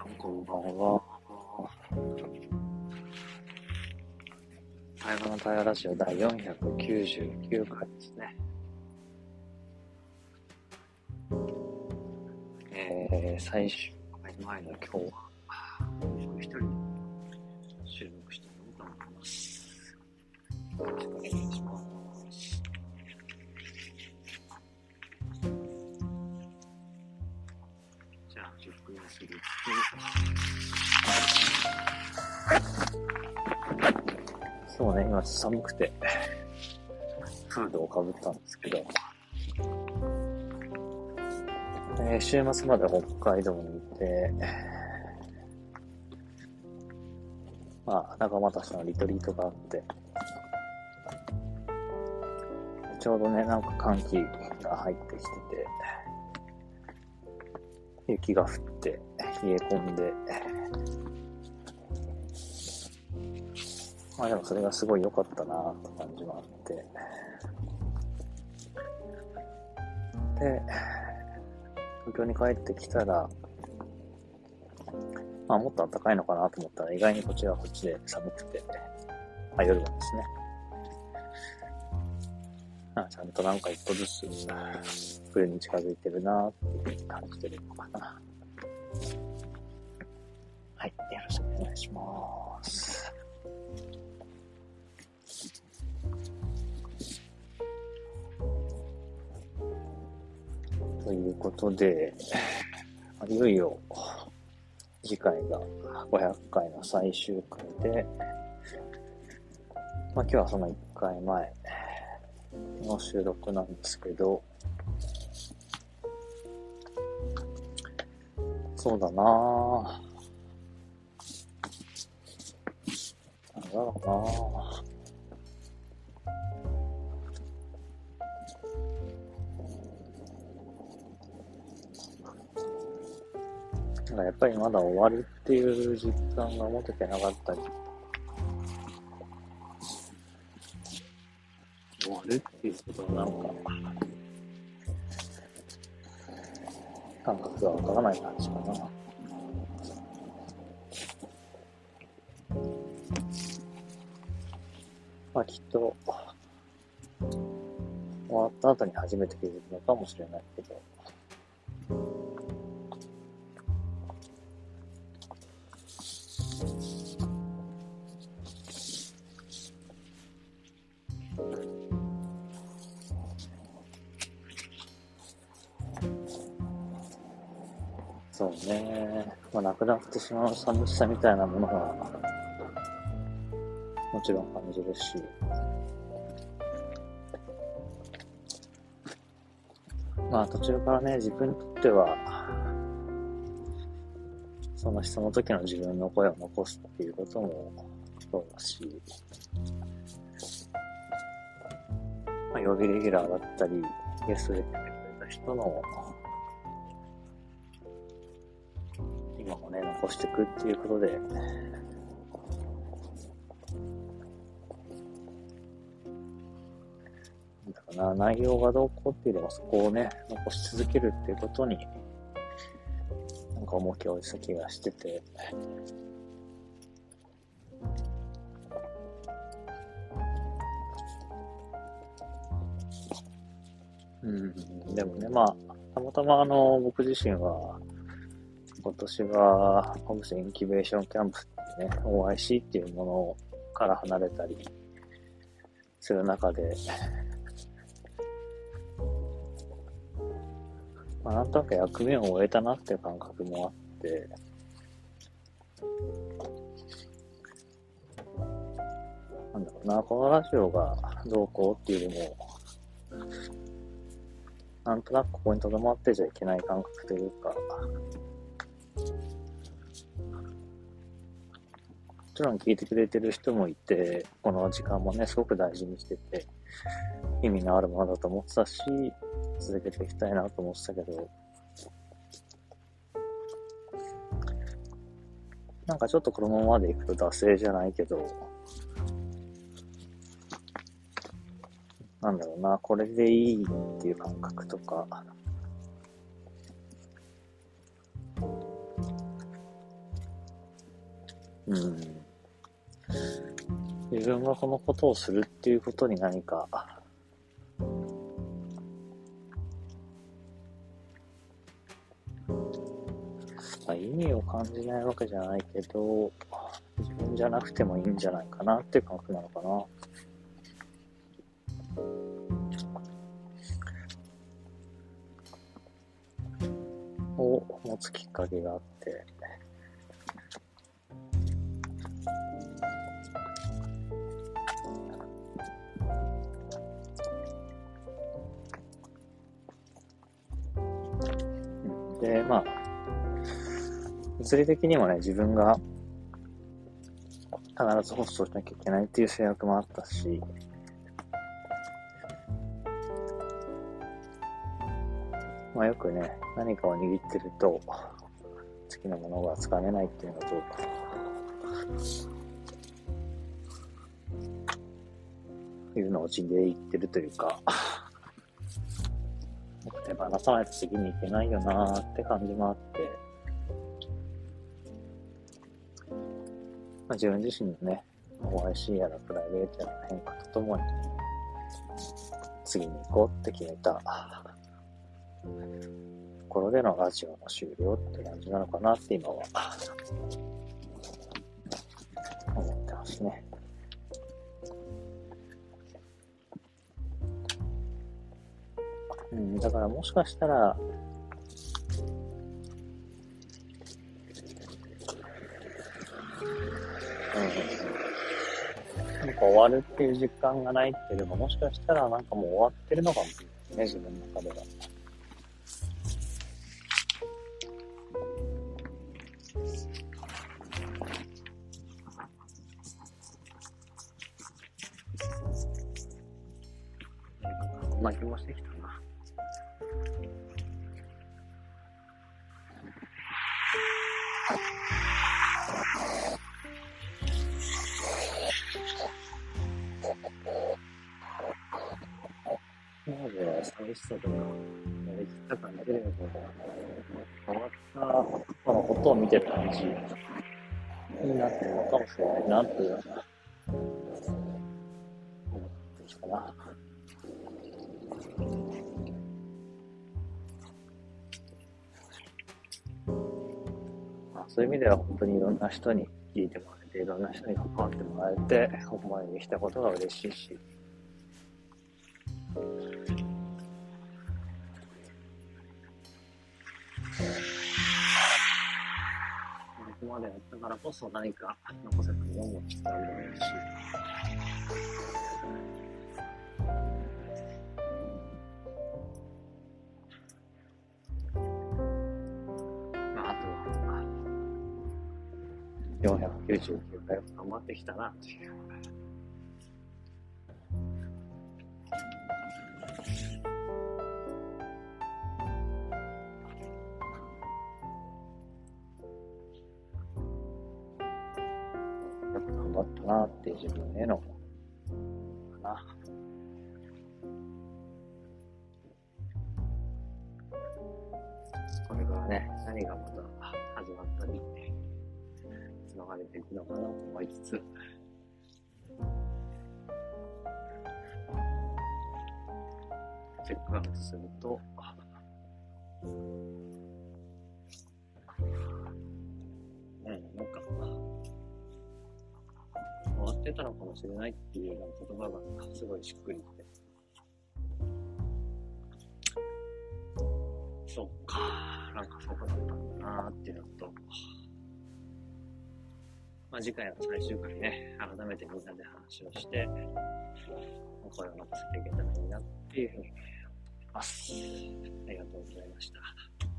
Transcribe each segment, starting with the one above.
こんばんは。対話の対話ラジオ第499回ですね。最終回前の今日は、僕一人収録してみようと思います。よろしくお願いします。じゃあ、10分すると、そうね、今寒くて、フードをかぶったんですけど、週末まで北海道にいて、仲間たちのリトリートがあって、ちょうどね、なんか寒気が入ってきてて、雪が降って、冷え込んで、でもそれがすごい良かったなぁって感じもあって、で、東京に帰ってきたら、もっと暖かいのかなと思ったら意外にこっちはこっちで寒くて、夜はですね。ちゃんとなんか一個ずつ冬に近づいてるなっていう感じてるのかな。はい、よろしくお願いします。ということで、いよいよ次回が500回の最終回で、今日はその1回前の収録なんですけど、そうだなぁ。なんだろうなぁ。やっぱりまだ終わるっていう実感が持ててなかったり、終わるっていうことの感覚がわからない感じかな。きっと終わった後に初めて気づくのかもしれないけど、そうね、なくなってしまう寂しさみたいなものはもちろん感じるし、途中からね、自分にとってはその時の自分の声を残すっていうこともそうだし、曜日レギュラーだったりゲストで来てくれた人の今もね、残していくっていうことで、内容がどうこうっていうよりもそこをね、残し続けるっていうことに重きを置いてた気がしてて、でもね、たまたま僕自身は今年はホームスインキュベーションキャンプってね、OIC っていうものから離れたりする中で、なんとなく役目を終えたなっていう感覚もあって、このラジオがどうこうっていうよりも、なんとなくここに留まってちゃいけない感覚というか、もちろん聞いてくれてる人もいて、この時間もね、すごく大事にしてて、意味のあるものだと思ってたし、続けていきたいなと思ってたけど、ちょっとこのままでいくと惰性じゃないけど、これでいいっていう感覚とか、 自分がこのことをするっていうことに何か、意味を感じないわけじゃないけど、自分じゃなくてもいいんじゃないかなっていう感覚なのかな。を持つきっかけがあって、で、まあ、物理的にもね、自分が必ずホストしなきゃいけないっていう制約もあったし、まあよくね、何かを握ってると、好きなものがつかめないっていうのと、いうのを地で言ってるというか、手放さないと次に行けないよなーって感じもあって、まあ、自分自身のね、OIC やらプライベートやら変化とともに、次に行こうって決めた、ところでのラジオの終了って感じなのかなって今は、思ってますね。だからもしかしたら、なんか終わるっていう実感がないっていうのも、もしかしたらなんかもう終わってるのかもしれないね、自分の中では。こんな気もしてきたな。今まで寂しさとか、やりきった感じで、変わったこのことを見てる感じになってるのかもしれないなっていうのが思ってきたな。そういう意味では本当にいろんな人に聞いてもらえて、いろんな人に関わってもらえて、ここまでできたことが嬉しいし、ここまでやったからこそ何か残せたものもきっとあるだろうし、あとは499回頑張ってきたなっていう。よく頑張ったなっていう自分へのかな。これからね、何がまた始まったり繋がれていくのかなと思いつつ、チェックアウトすると、なんか終わってたのかもしれないっていうような言葉がすごいしっくりきて、そっか、なんかそうだったんだなーっていうのと、次回の最終回ね、改めてみんなで話をして、声を残せていけたらいいなっていうふうに思います。ありがとうございました。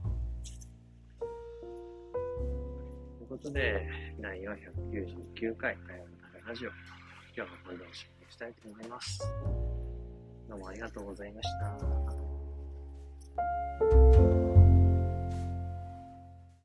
ということで、第499回火曜の食べラジオ、今日のこれでおしまいにしたいと思います。どうもありがとうございました。